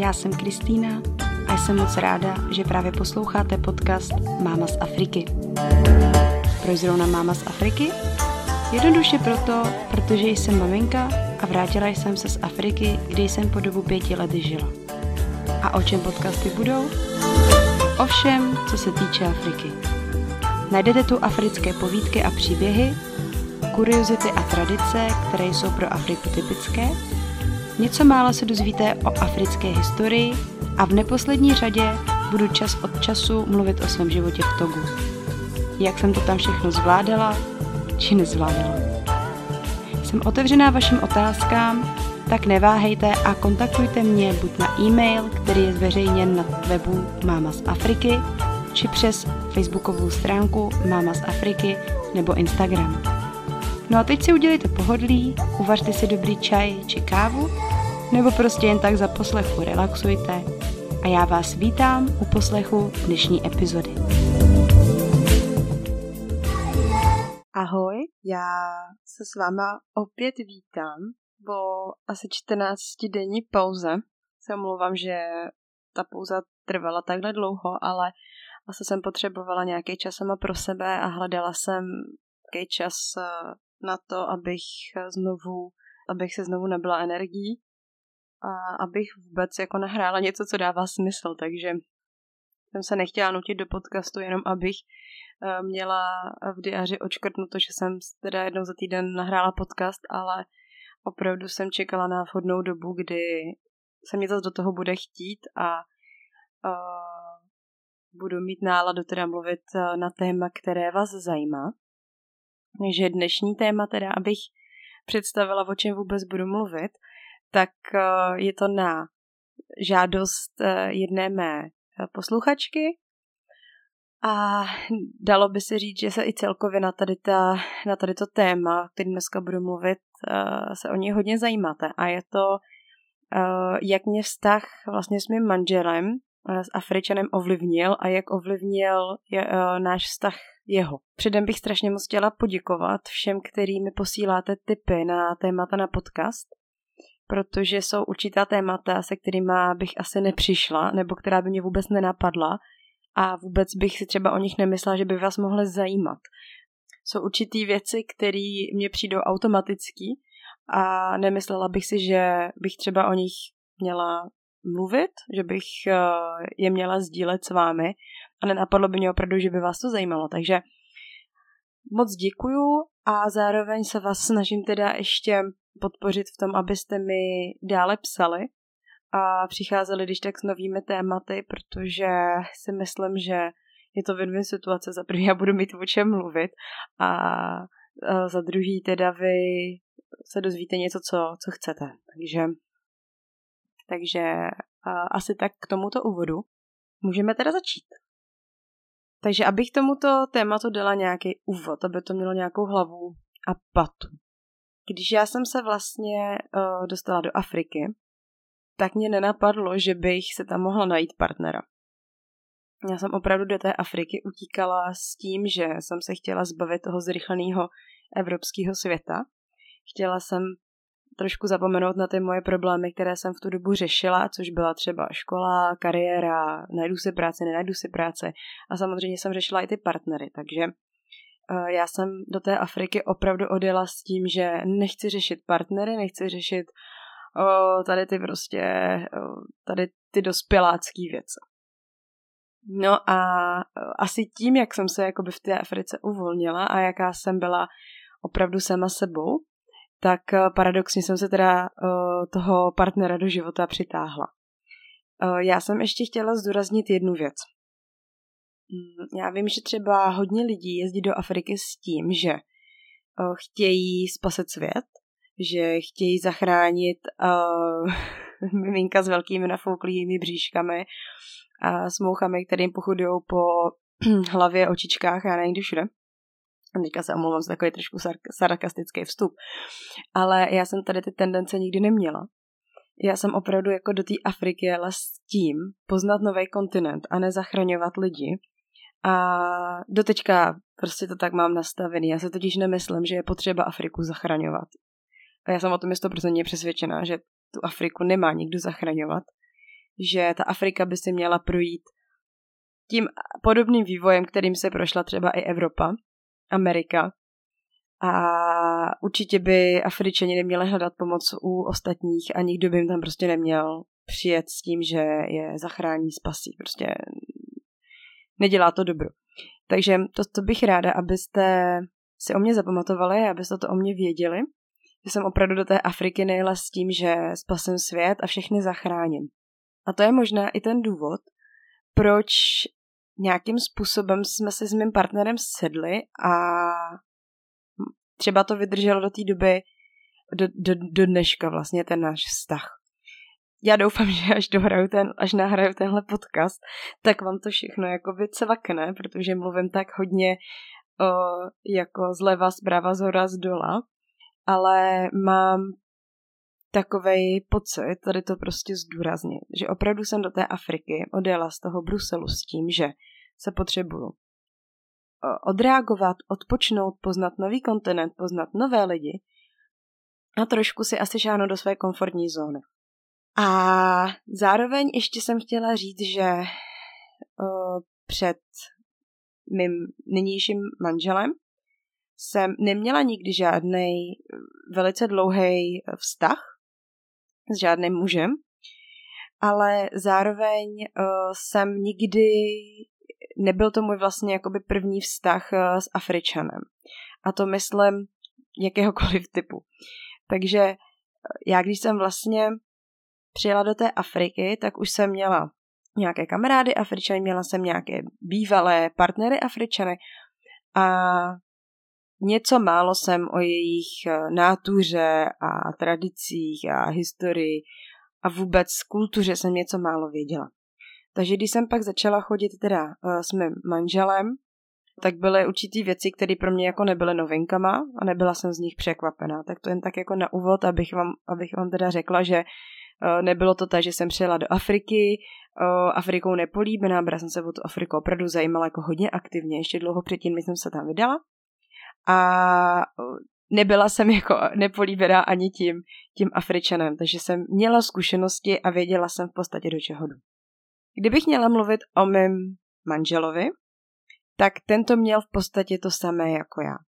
Já jsem Kristýna a jsem moc ráda, že právě posloucháte podcast Máma z Afriky. Proč zrovna Máma z Afriky? Jednoduše protože jsem maminka a vrátila jsem se z Afriky, kde jsem po dobu 5 let žila. A o čem podcasty budou? O všem, co se týče Afriky. Najdete tu africké povídky a příběhy, kuriozity a tradice, které jsou pro Afriku typické. Něco málo se dozvíte o africké historii a v neposlední řadě budu čas od času mluvit o svém životě v Togu. Jak jsem to tam všechno zvládala, či nezvládala. Jsem otevřená vašim otázkám, tak neváhejte a kontaktujte mě buď na e-mail, který je zveřejněn na webu Máma z Afriky, či přes facebookovou stránku Máma z Afriky nebo Instagram. No a teď si udělejte pohodlí, uvařte si dobrý čaj či kávu, nebo prostě jen tak za poslechu relaxujte a já vás vítám u poslechu dnešní epizody. Ahoj, já se s váma opět vítám po asi 14denní pauze. Se omlouvám, že ta pauza trvala takhle dlouho, ale asi jsem potřebovala nějaký čas sama pro sebe a hledala jsem nějaký čas na to, abych se znovu nabila energií a abych vůbec jako nahrála něco, co dává smysl, takže jsem se nechtěla nutit do podcastu, jenom abych měla v diáři odškrtnuto, že jsem teda jednou za týden nahrála podcast, ale opravdu jsem čekala na vhodnou dobu, kdy se mě zase do toho bude chtít a budu mít náladu teda mluvit na téma, které vás zajímá. Takže dnešní téma teda, abych představila, o čem vůbec budu mluvit, tak je to na žádost jedné mé posluchačky a dalo by se říct, že se i celkově na tady to téma, který dneska budu mluvit, se o něj hodně zajímáte. A je to, jak mě vztah vlastně s mým manželem, s Afričanem ovlivnil a jak ovlivnil náš vztah jeho. Předem bych strašně moc chtěla poděkovat všem, který mi posíláte tipy na témata na podcast, protože jsou určitá témata, se kterými bych asi nepřišla, nebo která by mě vůbec nenapadla a vůbec bych si třeba o nich nemyslela, že by vás mohly zajímat. Jsou určitý věci, které mě přijdou automaticky a nemyslela bych si, že bych třeba o nich měla mluvit, že bych je měla sdílet s vámi a nenapadlo by mě opravdu, že by vás to zajímalo. Takže moc děkuju a zároveň se vás snažím teda ještě podpořit v tom, abyste mi dále psali a přicházeli když tak s novými tématy, protože si myslím, že je to win-win situace. Za první já budu mít o čem mluvit a za druhý teda vy se dozvíte něco, co chcete. Takže asi tak k tomuto úvodu můžeme teda začít. Takže abych tomuto tématu dala nějaký úvod, aby to mělo nějakou hlavu a patu. Když já jsem se vlastně dostala do Afriky, tak mě nenapadlo, že bych se tam mohla najít partnera. Já jsem opravdu do té Afriky utíkala s tím, že jsem se chtěla zbavit toho zrychleného evropského světa. Chtěla jsem trošku zapomenout na ty moje problémy, které jsem v tu dobu řešila, což byla třeba škola, kariéra, najdu si práci, nenajdu si práci. A samozřejmě jsem řešila i ty partnery, takže já jsem do té Afriky opravdu odjela s tím, že nechci řešit partnery, nechci řešit tady ty dospělácký věci. No a asi tím, jak jsem se jakoby v té Africe uvolnila a jaká jsem byla opravdu sama sebou, tak paradoxně jsem se teda toho partnera do života přitáhla. Já jsem ještě chtěla zdůraznit jednu věc. Já vím, že třeba hodně lidí jezdí do Afriky s tím, že chtějí spasit svět, že chtějí zachránit miminka s velkými nafouklými bříškami a s mouchami, které jim pochudujou po hlavě, očičkách a nevím, všude. Teďka se omlouvám za takový trošku sarkastický vstup. Ale já jsem tady ty tendence nikdy neměla. Já jsem opravdu jako do té Afriky jela s tím poznat nový kontinent a nezachraňovat lidi. A doteďka prostě to tak mám nastavený. Já se totiž nemyslím, že je potřeba Afriku zachraňovat. A já jsem o tom 100% přesvědčená, že tu Afriku nemá nikdo zachraňovat. že ta Afrika by si měla projít tím podobným vývojem, kterým se prošla třeba i Evropa, Amerika. A určitě by Afričani neměli hledat pomoc u ostatních a nikdo by jim tam prostě neměl přijet s tím, že je zachrání, spasí. Prostě nedělá to dobro. Takže to bych ráda, abyste si o mě zapamatovali, abyste to o mě věděli, že jsem opravdu do té Afriky nejela s tím, že spasím svět a všechny zachráním. A to je možná i ten důvod, proč nějakým způsobem jsme se s mým partnerem sedli a třeba to vydrželo do té doby, do dneška vlastně ten náš vztah. Já doufám, že až nahraju tenhle podcast, tak vám to všechno jakoby cvakne, protože mluvím tak hodně jako zleva, zprava, zhora, zdola, ale mám takovej pocit, tady to prostě zdůraznit, že opravdu jsem do té Afriky odjela z toho Bruselu s tím, že se potřebuju odreagovat, odpočnout, poznat nový kontinent, poznat nové lidi a trošku si asi šáhnout do své komfortní zóny. A zároveň ještě jsem chtěla říct, že před mým nynějším manželem jsem neměla nikdy žádnej velice dlouhý vztah s žádným mužem, ale zároveň jsem nikdy nebyl to můj vlastně jakoby první vztah s Afričanem. A to myslím jakéhokoliv typu. Takže já, když jsem vlastně přijela do té Afriky, tak už jsem měla nějaké kamarády Afričany, měla jsem nějaké bývalé partnery Afričany a něco málo jsem o jejich nátuře a tradicích a historii a vůbec kultuře jsem něco málo věděla. Takže když jsem pak začala chodit teda s mým manželem, tak byly určitý věci, které pro mě jako nebyly novinkama a nebyla jsem z nich překvapená. Tak to jen tak jako na úvod, abych vám teda řekla, že nebylo to tak, že jsem přijela do Afriky, Afrikou nepolíbená, byla jsem se o tu Afriku opravdu zajímala jako hodně aktivně, ještě dlouho předtím, než jsem se tam vydala. A nebyla jsem jako nepolíbená ani tím Afričanem, takže jsem měla zkušenosti a věděla jsem v podstatě, do čeho jdu. Kdybych měla mluvit o mém manželovi, tak tento měl v podstatě to samé jako já.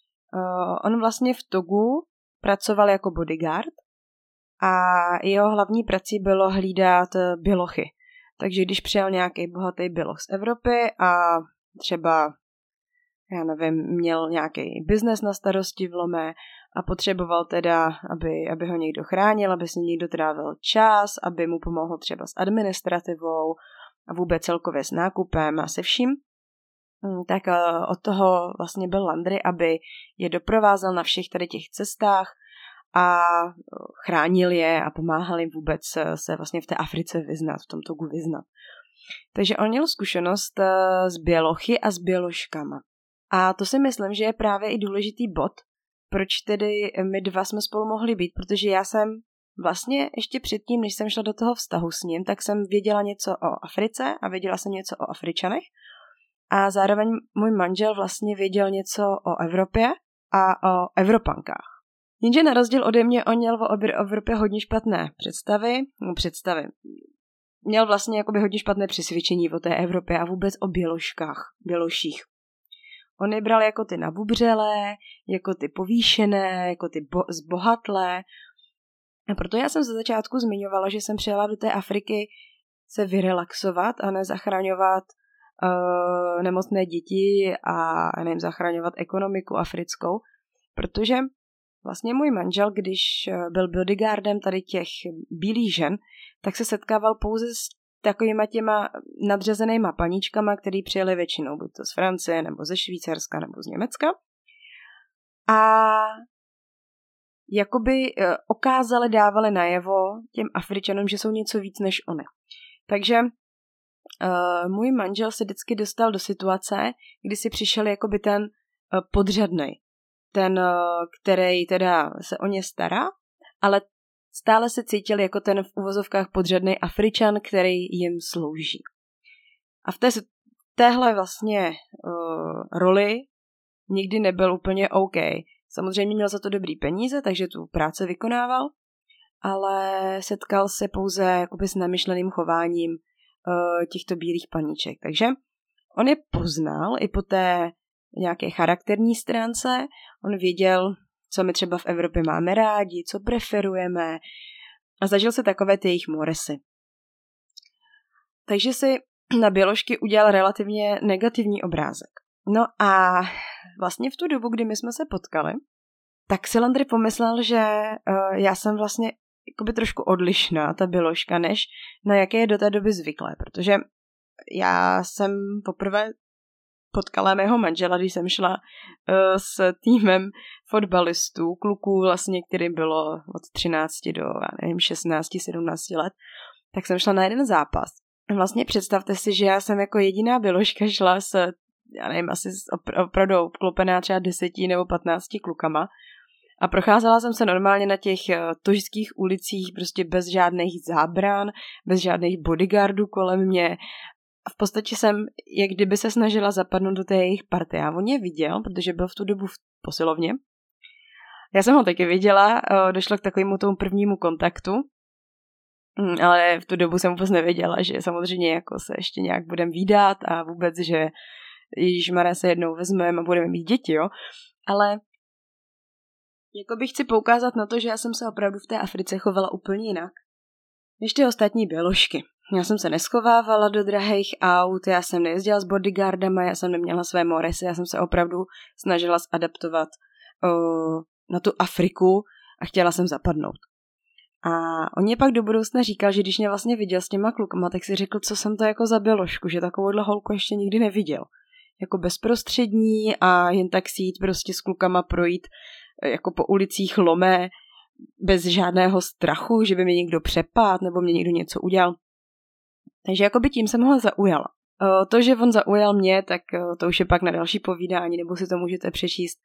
On vlastně v Togu pracoval jako bodyguard a jeho hlavní prací bylo hlídat bělochy. Takže když přijel nějaký bohatý běloch z Evropy a třeba, já nevím, měl nějaký biznes na starosti v Lomé a potřeboval teda, aby ho někdo chránil, aby s ním někdo trávil čas, aby mu pomohl třeba s administrativou a vůbec celkově s nákupem a se vším, tak od toho vlastně byl Landry, aby je doprovázel na všech tady těch cestách a chránil je a pomáhal jim vůbec se vlastně v té Africe vyznat, v tom Togu vyznat. Takže on měl zkušenost s bělochy a s běložkama. A to si myslím, že je právě i důležitý bod, proč tedy my dva jsme spolu mohli být, protože já jsem vlastně ještě předtím, než jsem šla do toho vztahu s ním, tak jsem věděla něco o Africe a věděla jsem něco o Afričanech a zároveň můj manžel vlastně věděl něco o Evropě a o Evropankách. Jenže na rozdíl ode mě on měl o Evropě hodně špatné představy. Měl vlastně jakoby hodně špatné přesvědčení o té Evropě a vůbec o běloších. On je bral jako ty nabubřelé, jako ty povýšené, jako ty zbohatlé. A proto já jsem ze začátku zmiňovala, že jsem přijela do té Afriky se vyrelaxovat a nezachraňovat nemocné děti a nevím, zachraňovat ekonomiku africkou, protože vlastně můj manžel, když byl bodyguardem tady těch bílých žen, tak se setkával pouze s takovýma těma nadřazenýma paníčkama, který přijeli většinou buď to z Francie, nebo ze Švýcarska, nebo z Německa. A jakoby dávali najevo těm Afričanům, že jsou něco víc než oni. Takže můj manžel se vždycky dostal do situace, kdy si přišel jakoby ten podřadnej. Ten, který teda se o ně stará, ale stále se cítil jako ten v uvozovkách podřadnej Afričan, který jim slouží. A v téhle vlastně roli nikdy nebyl úplně OK. Samozřejmě měl za to dobrý peníze, takže tu práci vykonával, ale setkal se pouze jakoby s namyšleným chováním těchto bílých paníček. Takže on je poznal i po té nějaké charakterní stránce, on věděl, co my třeba v Evropě máme rádi, co preferujeme a zažil se takové ty jejich moresy. Takže si na běložky udělal relativně negativní obrázek. No a vlastně v tu dobu, kdy my jsme se potkali, tak si Landry pomyslel, že já jsem vlastně jakoby trošku odlišná, ta běložka, než na jaké je do té doby zvyklé, protože já jsem poprvé potkala mého manžela, když jsem šla s týmem fotbalistů, kluků vlastně, kterým bylo od 13 do, 16, 17 let, tak jsem šla na jeden zápas. Vlastně představte si, že já jsem jako jediná běložka šla s, asi opravdu obklopená třeba 10 nebo 15 klukama a procházela jsem se normálně na těch tožských ulicích prostě bez žádných zábran, bez žádných bodyguardů kolem mě. A v podstatě jsem, jak kdyby se snažila zapadnout do té jejich party. A on je viděl, protože byl v tu dobu v posilovně. Já jsem ho taky viděla, došlo k takovému tomu prvnímu kontaktu, ale v tu dobu jsem vůbec nevěděla, že samozřejmě jako se ještě nějak budeme vídat a vůbec, že ježišmarja se jednou vezmeme a budeme mít děti, jo. Ale jako bych chci poukázat na to, že já jsem se opravdu v té Africe chovala úplně jinak než ty ostatní běložky. Já jsem se neschovávala do drahých aut, já jsem nejezdila s bodyguardama, já jsem neměla své moresy, já jsem se opravdu snažila zadaptovat na tu Afriku a chtěla jsem zapadnout. A on mě pak do budoucna říkal, že když mě vlastně viděl s těma klukama, tak si řekl, co jsem to jako za běložku, že takovouhle holku ještě nikdy neviděl. Jako bezprostřední a jen tak si jít prostě s klukama projít jako po ulicích lomé, bez žádného strachu, že by mě někdo přepad nebo mě někdo něco udělal. Takže jakoby tím jsem ho zaujala. To, že on zaujal mě, tak to už je pak na další povídání, nebo si to můžete přečíst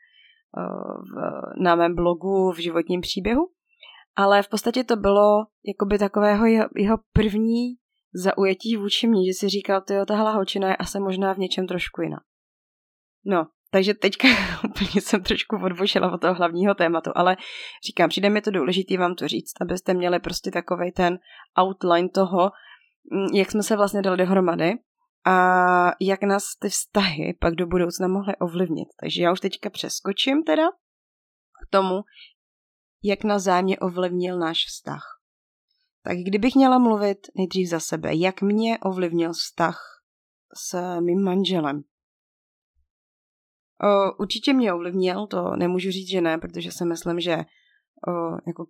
na mém blogu v životním příběhu. Ale v podstatě to bylo jakoby takového jeho první zaujetí vůči mně, že si říkal, tyjo, tahle holčina je asi možná v něčem trošku jiná. No, takže teďka úplně jsem trošku odbočila od toho hlavního tématu, ale říkám, přijde mi to důležitý vám to říct, abyste měli prostě takovej ten outline toho, jak jsme se vlastně dali dohromady a jak nás ty vztahy pak do budoucna mohly ovlivnit. Takže já už teďka přeskočím teda k tomu, jak nás vzájemně ovlivnil náš vztah. Tak kdybych měla mluvit nejdřív za sebe, jak mě ovlivnil vztah s mým manželem. Určitě mě ovlivnil, to nemůžu říct, že ne, protože si myslím, že jako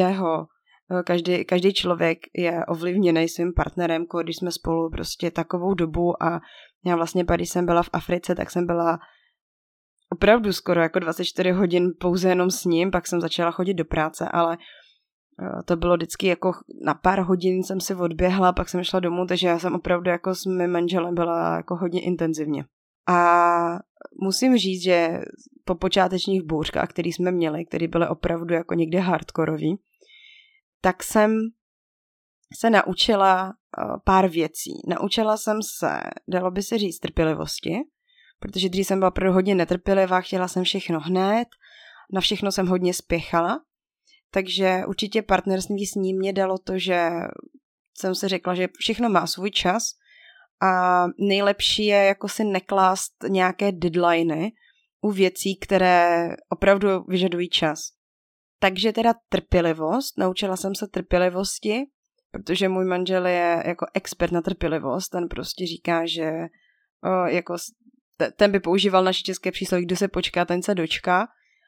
každý člověk je ovlivněný svým partnerem, když jsme spolu prostě takovou dobu a já vlastně, když jsem byla v Africe, tak jsem byla opravdu skoro jako 24 hodin pouze jenom s ním, pak jsem začala chodit do práce, ale to bylo vždycky jako na pár hodin jsem si odběhla, pak jsem šla domů, takže já jsem opravdu jako s mým manželem byla jako hodně intenzivně. A musím říct, že po počátečních bouřkách, které jsme měli, které byly opravdu jako někde hardkorový, tak jsem se naučila pár věcí. Naučila jsem se, dalo by se říct, trpělivosti, protože dřív jsem byla opravdu hodně netrpělivá, chtěla jsem všechno hned, na všechno jsem hodně spěchala, takže určitě partnerství s ním mě dalo to, že jsem si řekla, že všechno má svůj čas a nejlepší je jako si neklást nějaké deadliny u věcí, které opravdu vyžadují čas. Takže teda trpělivost, naučila jsem se trpělivosti, protože můj manžel je jako expert na trpělivost, ten prostě říká, že jako ten by používal naše české přísloví, kdo se počká, ten se dočká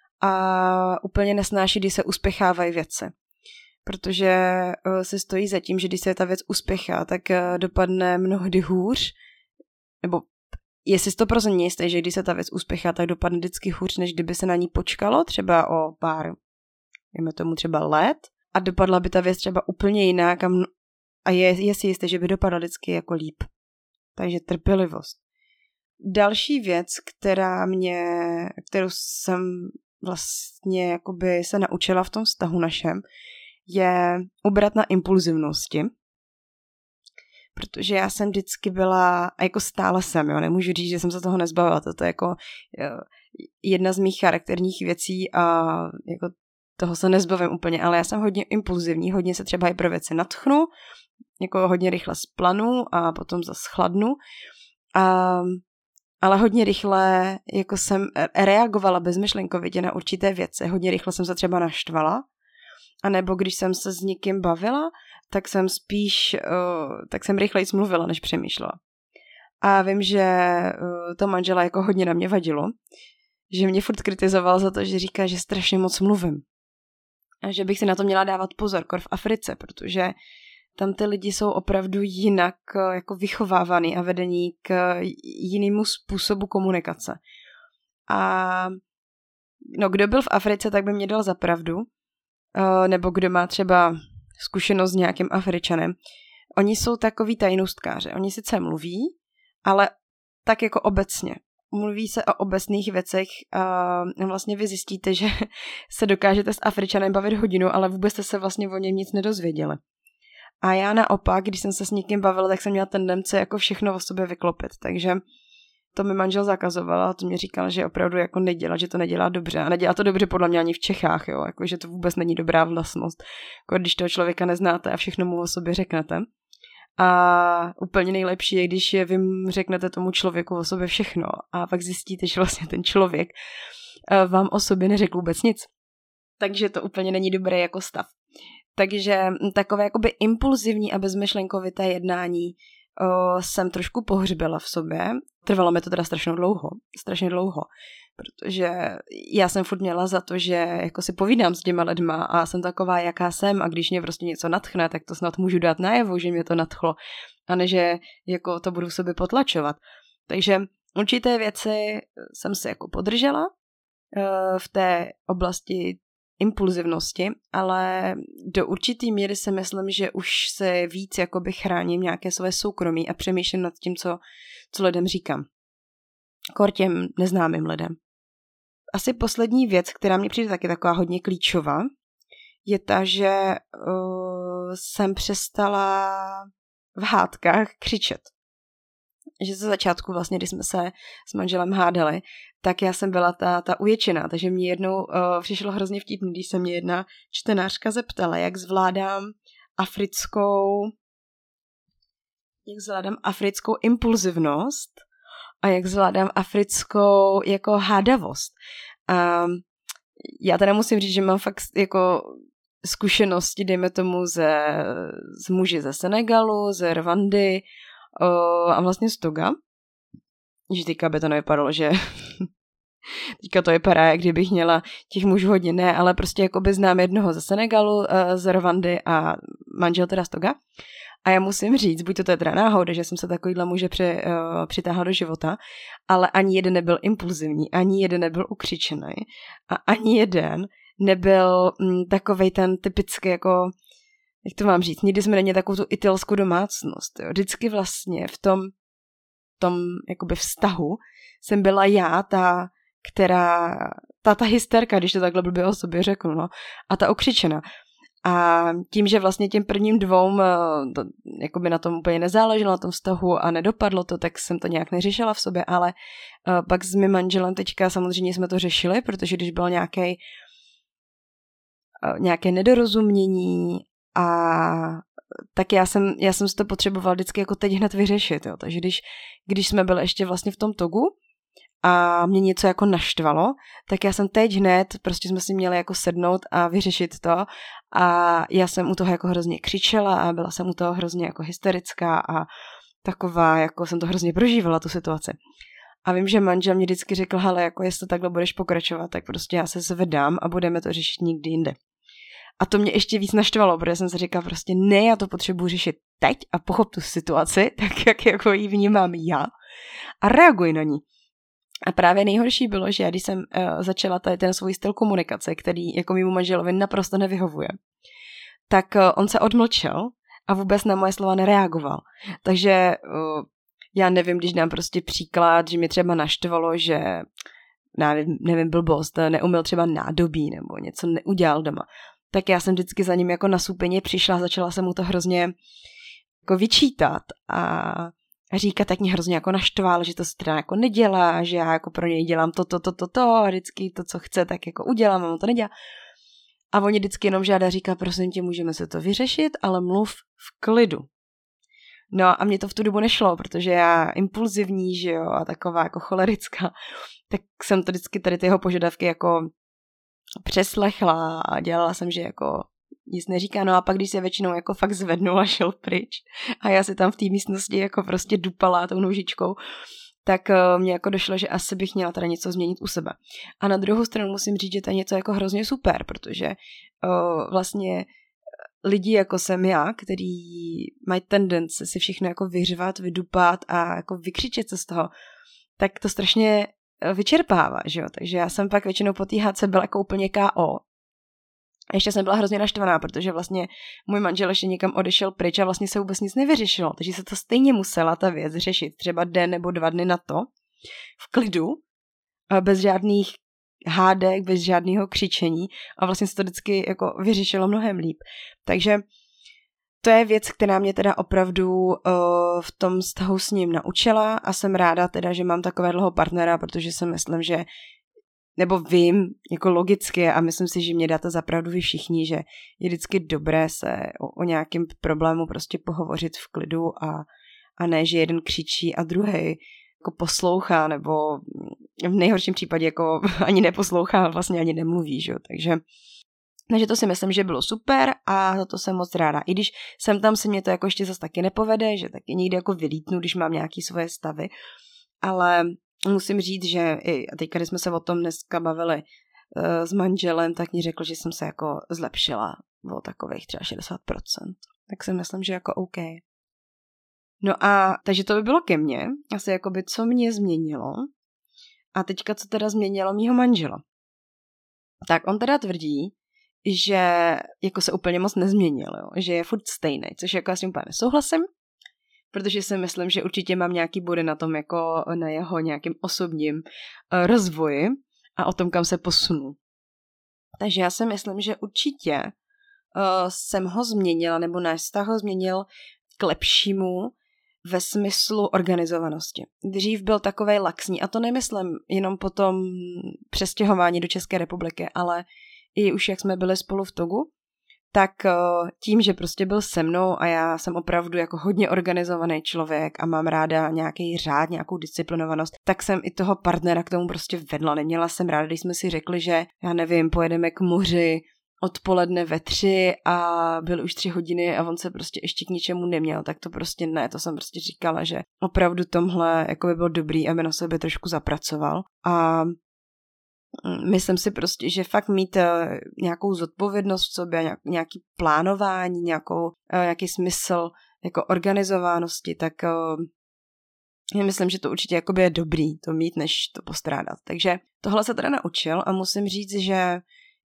a úplně nesnáší, když se uspěchávají věci. Protože se stojí za tím, že když se ta věc uspěchá, tak dopadne mnohdy hůř, nebo je si 100% jistý, že když se ta věc uspěchá, tak dopadne vždycky hůř, než kdyby se na ní počkalo, třeba o pár, dejme tomu třeba let, a dopadla by ta věc třeba úplně jinak a je si jistý, že by dopadla vždycky jako líp. Takže trpělivost. Další věc, kterou jsem vlastně jakoby se naučila v tom vztahu našem, je ubrat na impulzivnosti. Protože já jsem vždycky byla, a jako stále jsem, jo, nemůžu říct, že jsem se toho nezbavila, to je jako jedna z mých charakterních věcí a jako toho se nezbavím úplně, ale já jsem hodně impulzivní, hodně se třeba i pro věci nadchnu, jako hodně rychle splanu a potom zase chladnu. Ale hodně rychle jako jsem reagovala bezmyšlenkovitě na určité věci. Hodně rychle jsem se třeba naštvala. A nebo když jsem se s někým bavila, tak jsem rychleji mluvila, než přemýšlela. A vím, že to manžela jako hodně na mě vadilo. Že mě furt kritizoval za to, že říká, že strašně moc mluvím. A že bych si na to měla dávat pozor, kor v Africe, protože tam ty lidi jsou opravdu jinak jako vychovávaný a vedení k jinému způsobu komunikace. A kdo byl v Africe, tak by mě dal za pravdu. Nebo kdo má třeba zkušenost s nějakým Afričanem. Oni jsou takový tajnůstkáři. Oni sice mluví, ale tak jako obecně. Mluví se o obecných věcech a vlastně vy zjistíte, že se dokážete s Afričanem bavit hodinu, ale vůbec jste se vlastně o něm nic nedozvěděli. A já naopak, když jsem se s někým bavila, tak jsem měla tendence jako všechno o sobě vyklopit. Takže to mi manžel zakazoval a to mi říkal, že opravdu jako nedělá, že to nedělá dobře. A nedělá to dobře podle mě ani v Čechách, jo, jako, že to vůbec není dobrá vlastnost. Jako, když toho člověka neznáte a všechno mu o sobě řeknete. A úplně nejlepší je, když vy řeknete tomu člověku o sobě všechno a pak zjistíte, že vlastně ten člověk vám o sobě neřekl vůbec nic. Takže to úplně není dobré jako stav. Takže takové jakoby impulzivní a bezmyšlenkovité jednání jsem trošku pohřbila v sobě. Trvalo mi to teda strašně dlouho, protože já jsem furt měla za to, že jako si povídám s těma lidma a jsem taková, jaká jsem a když mě prostě něco nadchne, tak to snad můžu dát najevo, že mě to nadchlo a ne, že jako to budu v sobě potlačovat. Takže určité věci jsem se jako podržela v té oblasti impulzivnosti, ale do určitý míry si myslím, že už se víc jakoby chráním nějaké své soukromí a přemýšlím nad tím, co lidem říkám. Kor těm neznámým lidem. Asi poslední věc, která mě přijde taky taková hodně klíčová, je ta, že jsem přestala v hádkách křičet. Že ze začátku vlastně, když jsme se s manželem hádali, tak já jsem byla ta uječená, takže mě jednou přišlo hrozně vtipný, když se mě jedna čtenářka zeptala, jak zvládám africkou impulzivnost a jak zvládám africkou jako hádavost. A já teda musím říct, že mám fakt jako zkušenosti, dejme tomu, z muži ze Senegalu, z Rwandy a vlastně z Toga. Že teďka by to nevypadalo, že teďka to vypadá, jak kdybych měla těch mužů hodně, ne, ale prostě jakoby znám jednoho ze Senegalu, z Rwandy a manžel teda z Toga. A já musím říct, buď to je teda náhoda, že jsem se takovýhle muže přitáhla do života, ale ani jeden nebyl impulzivní, ani jeden nebyl ukřičený a ani jeden nebyl takovej ten typický jako, jak to mám říct, nikdy jsme neměli takovou tu italskou domácnost. Jo. Vždycky vlastně v tom jakoby vztahu jsem byla já, ta hysterka, když to takhle blbě o sobě řeknu, no, a ta okřičena. A tím, že vlastně těm prvním dvou jakoby na tom úplně nezáleželo, na tom vztahu a nedopadlo to, tak jsem to nějak neřešila v sobě, ale pak s mým manželem teďka samozřejmě jsme to řešili, protože když bylo nějaké nedorozumění a tak já jsem si to potřebovala vždycky jako teď hned vyřešit. Jo. Takže když jsme byli ještě vlastně v tom Togu a mě něco jako naštvalo, tak já jsem teď hned, prostě jsme si měli jako sednout a vyřešit to a já jsem u toho jako hrozně křičela a byla jsem u toho hrozně jako hysterická a taková, jako jsem to hrozně prožívala tu situaci. A vím, že manžel mě vždycky řekl, hele, jako jestli takhle budeš pokračovat, tak prostě já se zvedám a budeme to řešit nikdy jinde. A to mě ještě víc naštvalo, protože jsem si říkala prostě ne, já to potřebuji řešit teď a pochop tu situaci, tak jak jako ji vnímám já a reaguj na ní. A právě nejhorší bylo, že já když jsem začala tady ten svůj styl komunikace, který jako mému manželovi naprosto nevyhovuje, tak on se odmlčel a vůbec na moje slova nereagoval. Takže já nevím, když dám prostě příklad, že mě třeba naštvalo, že nevím, blbost, neumyl třeba nádobí nebo něco neudělal doma, tak já jsem vždycky za ním jako na súpeně přišla a začala jsem mu to hrozně jako vyčítat a říkat, tak mě hrozně jako naštval, že to se teda jako nedělá, že já jako pro něj dělám to a vždycky to, co chce, tak jako udělám a on to nedělá. A oni vždycky jenom žádá, říká, prosím tě, můžeme se to vyřešit, ale mluv v klidu. No a mě to v tu dobu nešlo, protože já impulzivní, že jo, a taková jako cholerická, tak jsem to vždycky tady ty jeho požadavky jako přeslechla a dělala jsem, že jako nic neříká, no a pak když se většinou jako fakt zvednul a šel pryč a já si tam v té místnosti jako prostě dupala tou nožičkou, tak mě jako došlo, že asi bych měla teda něco změnit u sebe. A na druhou stranu musím říct, že to je něco jako hrozně super, protože vlastně lidi jako jsem já, který mají tendenci si všechno jako vyřvat, vydupat a jako vykřičet se z toho, tak to strašně vyčerpává, že jo. Takže já jsem pak většinou po té hádce byla jako úplně KO. A ještě jsem byla hrozně naštvaná, protože vlastně můj manžel ještě někam odešel pryč a vlastně se vůbec nic nevyřešilo. Takže se to stejně musela ta věc řešit třeba den nebo 2 dny na to v klidu, bez žádných hádek, bez žádného křičení a vlastně se to vždycky jako vyřešilo mnohem líp. Takže to je věc, která mě teda opravdu v tom vztahu s ním naučila a jsem ráda teda, že mám takového partnera, protože si myslím, že nebo vím, jako logicky a myslím si, že mě dáte za pravdu vy všichni, že je vždycky dobré se o nějakém problému prostě pohovořit v klidu a ne, že jeden křičí a druhý jako poslouchá nebo v nejhorším případě jako ani neposlouchá, vlastně ani nemluví, že jo, takže to si myslím, že bylo super a za to jsem moc ráda. I když sem tam se mě to jako ještě zase taky nepovede, že taky někdy jako vylítnu, když mám nějaký svoje stavy, ale musím říct, že a teď, když jsme se o tom dneska bavili s manželem, tak mi řekl, že jsem se jako zlepšila o takových třeba 60%. Tak si myslím, že jako OK. No a takže to by bylo ke mně. Asi jakoby co mě změnilo. A teďka co teda změnilo mýho manžela. Tak on teda tvrdí, že jako se úplně moc nezměnil, jo? Že je furt stejný, což jako já s tím úplně nesouhlasím, protože si myslím, že určitě mám nějaký body na tom jako na jeho nějakým osobním rozvoji a o tom, kam se posunu. Takže já si myslím, že určitě jsem ho změnila, nebo náš vztah ho změnil k lepšímu ve smyslu organizovanosti. Dřív byl takovej laxní, a to nemyslím jenom po tom přestěhování do České republiky, ale i už jak jsme byli spolu v Togu, tak tím, že prostě byl se mnou a já jsem opravdu jako hodně organizovaný člověk a mám ráda nějaký řád, nějakou disciplinovanost, tak jsem i toho partnera k tomu prostě vedla. Neměla jsem ráda, když jsme si řekli, že já nevím, pojedeme k moři odpoledne ve 3 a byly už 3 hodiny a on se prostě ještě k ničemu neměl, tak to prostě ne, to jsem prostě říkala, že opravdu tomhle jako by bylo dobrý, aby na sebe trošku zapracoval a myslím si prostě, že fakt mít nějakou zodpovědnost v sobě, nějaký plánování, nějaký smysl jako organizovanosti, tak já myslím, že to určitě jakoby je dobrý to mít, než to postrádat. Takže tohle se teda naučil a musím říct, že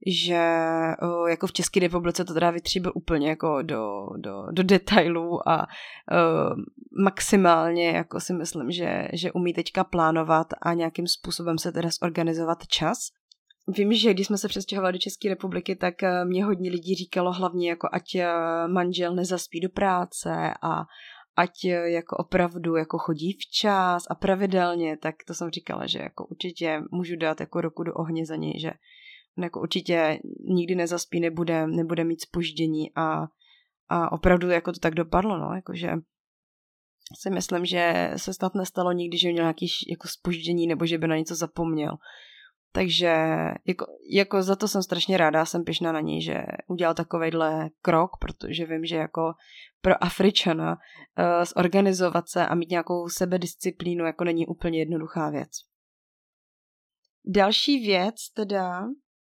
jako v České republice to teda vytříbil úplně jako do detailů a maximálně jako si myslím, že umí teďka plánovat a nějakým způsobem se teda zorganizovat čas. Vím, že když jsme se přestěhovali do České republiky, tak mě hodně lidí říkalo hlavně jako ať manžel nezaspí do práce a ať jako opravdu jako chodí včas a pravidelně, tak to jsem říkala, že jako určitě můžu dát jako ruku do ohně za něj, že on jako určitě nikdy nezaspí, nebude mít zpoždění a opravdu jako to tak dopadlo, no, jakože si myslím, že se snad nestalo nikdy, že měl nějaký jako zpoždění nebo že by na něco zapomněl. Takže jako za to jsem strašně ráda, jsem pyšná na něj, že udělal takovejhle krok, protože vím, že jako pro Afričana zorganizovat se a mít nějakou sebedisciplínu jako není úplně jednoduchá věc. Další věc teda,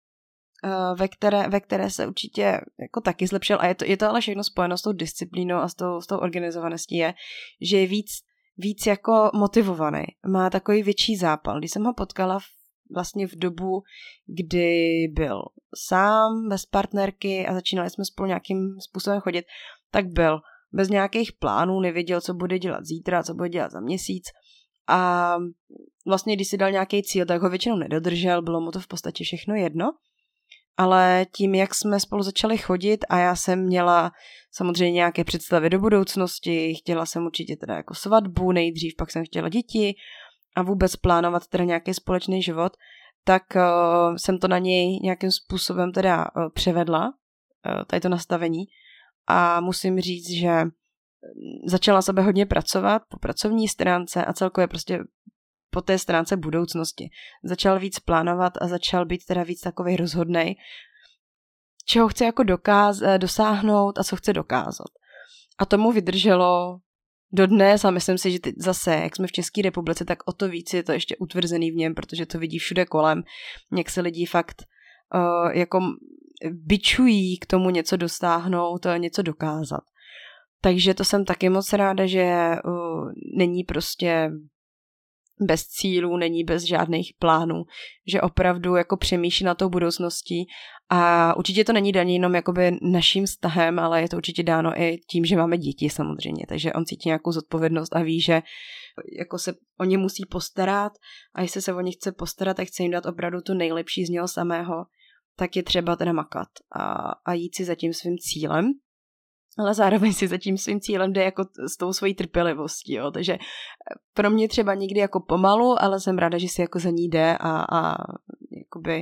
ve které se určitě jako taky zlepšil a je to ale všechno spojeno s tou disciplínou a s tou organizovaností je, že je víc jako motivovaný. Má takový větší zápal. Když jsem ho potkala vlastně v dobu, kdy byl sám, bez partnerky a začínali jsme spolu nějakým způsobem chodit, tak byl bez nějakých plánů, nevěděl, co bude dělat zítra, co bude dělat za měsíc a vlastně, když si dal nějaký cíl, tak ho většinou nedodržel, bylo mu to v podstatě všechno jedno, ale tím, jak jsme spolu začali chodit a já jsem měla samozřejmě nějaké představy do budoucnosti, chtěla jsem určitě teda jako svatbu nejdřív, pak jsem chtěla děti a vůbec plánovat teda nějaký společný život, tak jsem to na něj nějakým způsobem teda převedla, tady to nastavení, a musím říct, že začala na sebe hodně pracovat po pracovní stránce a celkově prostě po té stránce budoucnosti. Začal víc plánovat a začal být teda víc takovej rozhodnej, čeho chce jako dosáhnout a co chce dokázat. A tomu vydrželo dodnes a myslím si, že zase, jak jsme v České republice, tak o to víc je to ještě utvrzený v něm, protože to vidí všude kolem. Jak se lidi fakt jako bičují k tomu něco dosáhnout, něco dokázat. Takže to jsem taky moc ráda, že není prostě bez cílů, není bez žádných plánů, že opravdu jako přemýšlí na tou budoucností a určitě to není daný jenom jakoby naším vztahem, ale je to určitě dáno i tím, že máme děti samozřejmě, takže on cítí nějakou zodpovědnost a ví, že jako se o ně musí postarat a jestli se o ně chce postarat a chce jim dát opravdu tu nejlepší z něho samého, tak je třeba teda makat a jít si za tím svým cílem. Ale zároveň si za tím svým cílem jde jako s tou svojí trpělivostí, jo. Takže pro mě třeba někdy jako pomalu, ale jsem ráda, že si jako za ní jde a jakoby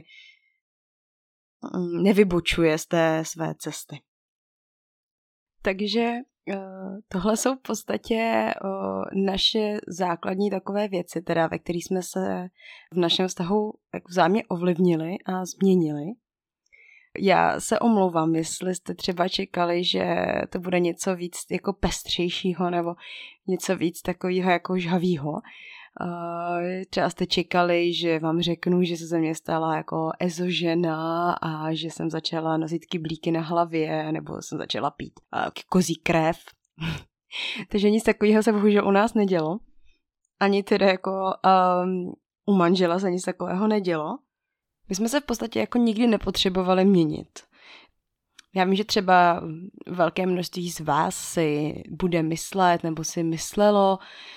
nevybočuje z té své cesty. Takže tohle jsou v podstatě naše základní takové věci, teda ve kterých jsme se v našem vztahu vzájemně ovlivnili a změnili. Já se omlouvám, jestli jste třeba čekali, že to bude něco víc jako pestřejšího nebo něco víc takového jako žhavýho. Třeba jste čekali, že vám řeknu, že se ze mě stala jako ezožena a že jsem začala nosit kyblíky na hlavě nebo jsem začala pít kozí krev. Takže nic takového se bohužel u nás nedělo. Ani teda jako u manžela se nic takového nedělo. My jsme se v podstatě jako nikdy nepotřebovali měnit. Já vím, že třeba velké množství z vás si bude myslet nebo si myslelo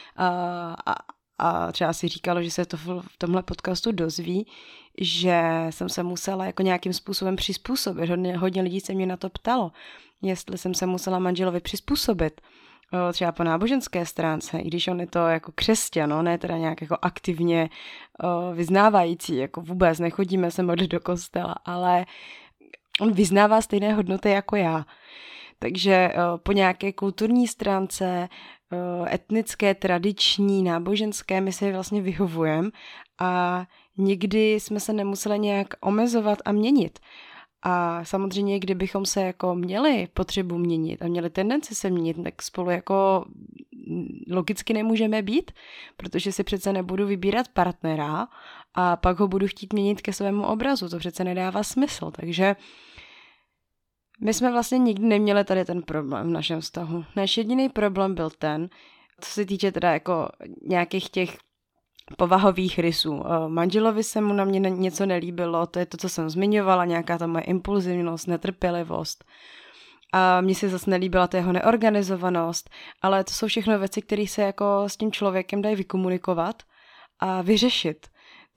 a třeba si říkalo, že se to v tomhle podcastu dozví, že jsem se musela jako nějakým způsobem přizpůsobit. Hodně lidí se mě na to ptalo, jestli jsem se musela manželovi přizpůsobit. Třeba po náboženské stránce, i když on je to jako křesťan, ne teda nějak jako aktivně vyznávající, jako vůbec nechodíme se modlit do kostela, ale on vyznává stejné hodnoty jako já. Takže po nějaké kulturní stránce, etnické, tradiční, náboženské, my se vlastně vyhovujeme a nikdy jsme se nemuseli nějak omezovat a měnit. A samozřejmě, kdybychom se jako měli potřebu měnit a měli tendenci se měnit, tak spolu jako logicky nemůžeme být, protože si přece nebudu vybírat partnera a pak ho budu chtít měnit ke svému obrazu. To přece nedává smysl. Takže my jsme vlastně nikdy neměli tady ten problém v našem vztahu. Náš jediný problém byl ten, co se týče teda jako nějakých těch povahových rysů. Manželovi se mu na mě něco nelíbilo, to je to, co jsem zmiňovala, nějaká ta moje impulzivnost, netrpělivost. A mně se zase nelíbila ta jeho neorganizovanost, ale to jsou všechno věci, které se jako s tím člověkem dají vykomunikovat a vyřešit.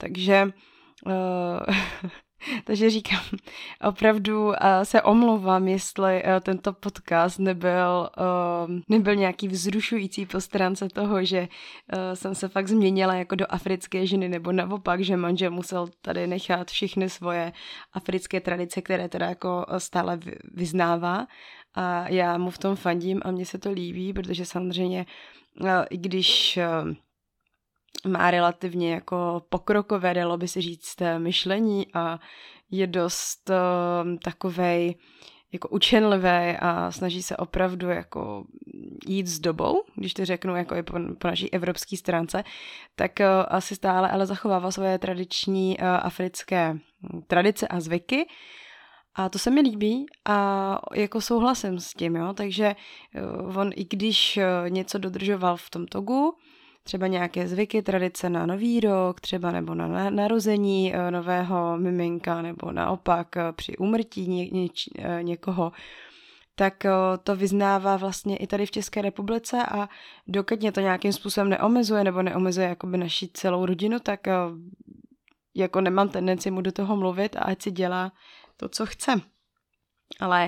Takže říkám, opravdu se omlouvám, jestli tento podcast nebyl nějaký vzrušující po stránce toho, že jsem se fakt změnila jako do africké ženy, nebo naopak, že manžel musel tady nechat všechny svoje africké tradice, které teda jako stále vyznává a já mu v tom fandím a mně se to líbí, protože samozřejmě i když má relativně jako pokrokové, dalo by se říct, myšlení a je dost takovej jako učenlivý a snaží se opravdu jako jít s dobou, když to řeknu jako i po naší evropské stránce, tak asi stále ale zachovává svoje tradiční africké tradice a zvyky a to se mi líbí a jako souhlasím s tím, jo, takže on i když něco dodržoval v tom Togu, třeba nějaké zvyky, tradice na nový rok, třeba nebo na narození nového miminka, nebo naopak při úmrtí někoho, tak to vyznává vlastně i tady v České republice a dokud mě to nějakým způsobem neomezuje nebo neomezuje jakoby naši celou rodinu, tak jako nemám tendenci mu do toho mluvit a ať si dělá to, co chce. Ale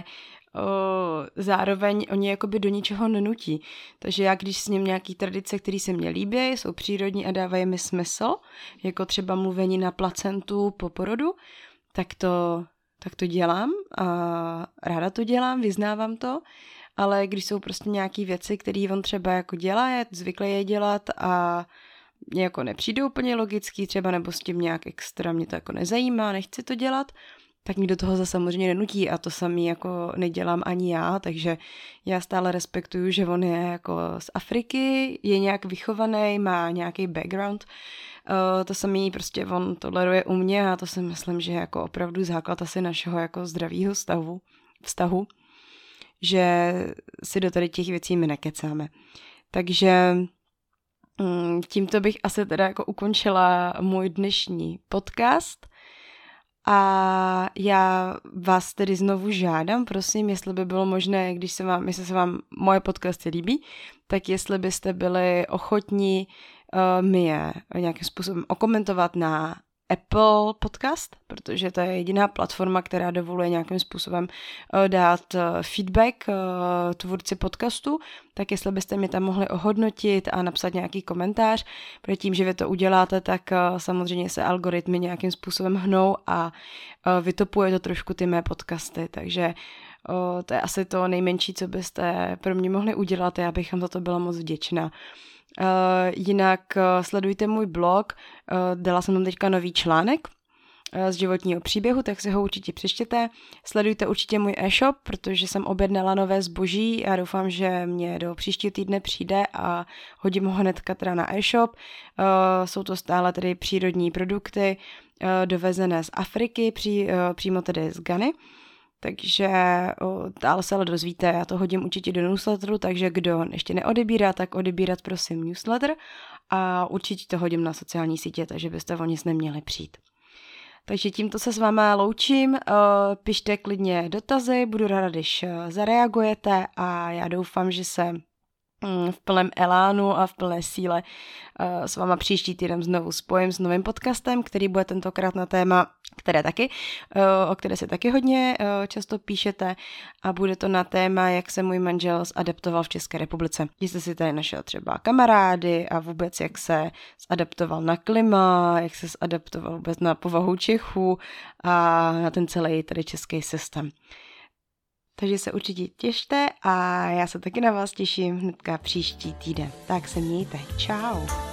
zároveň oni jakoby do ničeho nenutí. Takže já, když s ním nějaký tradice, které se mně líbí, jsou přírodní a dávají mi smysl, jako třeba mluvení na placentu po porodu, tak to dělám a ráda to dělám, vyznávám to, ale když jsou prostě nějaký věci, které on třeba jako dělá, je zvyklý je dělat a mě jako nepřijde úplně logický třeba, nebo s tím nějak extra mě to jako nezajímá, nechci to dělat, tak mě do toho zase samozřejmě nenutí a to samý jako nedělám ani já, takže já stále respektuju, že on je jako z Afriky, je nějak vychovaný, má nějaký background, to samý prostě on toleruje u mě a to si myslím, že je jako opravdu základ asi našeho jako zdravého vztahu, že si do tady těch věcí my nekecáme. Takže tímto bych asi teda jako ukončila můj dnešní podcast a já vás tedy znovu žádám, prosím, jestli by bylo možné, jestli se vám moje podcasty líbí, tak jestli byste byli ochotní mi je nějakým způsobem okomentovat na Apple Podcast, protože to je jediná platforma, která dovoluje nějakým způsobem dát feedback tvůrci podcastu, tak jestli byste mi tam mohli ohodnotit a napsat nějaký komentář, protože tím, že vy to uděláte, tak samozřejmě se algoritmy nějakým způsobem hnou a vytopuje to trošku ty mé podcasty, takže to je asi to nejmenší, co byste pro mě mohli udělat a já bych vám za to byla moc vděčná. Jinak sledujte můj blog, dala jsem tam teďka nový článek z životního příběhu, tak si ho určitě přečtěte. Sledujte určitě můj e-shop, protože jsem objednala nové zboží a doufám, že mě do příštího týdne přijde a hodím ho hnedka teda na e-shop. Jsou to stále tedy přírodní produkty dovezené z Afriky, přímo tedy z Ghany. Takže dále se ale dozvíte, já to hodím určitě do newsletteru, takže kdo ještě neodebírá, tak odebírat prosím newsletter a určitě to hodím na sociální sítě, takže byste o nic neměli přijít. Takže tímto se s váma loučím, pište klidně dotazy, budu ráda, když zareagujete a já doufám, že se v plném elánu a v plné síle s váma příští týden znovu spojím s novým podcastem, který bude tentokrát na téma, o které si taky hodně často píšete a bude to na téma, jak se můj manžel zadaptoval v České republice. Jestli si tady našel třeba kamarády a vůbec jak se zadaptoval na klima, jak se zadaptoval vůbec na povahu Čechů a na ten celý tady český systém. Takže se určitě těšte a já se taky na vás těším hnedka příští týden. Tak se mějte. Čau.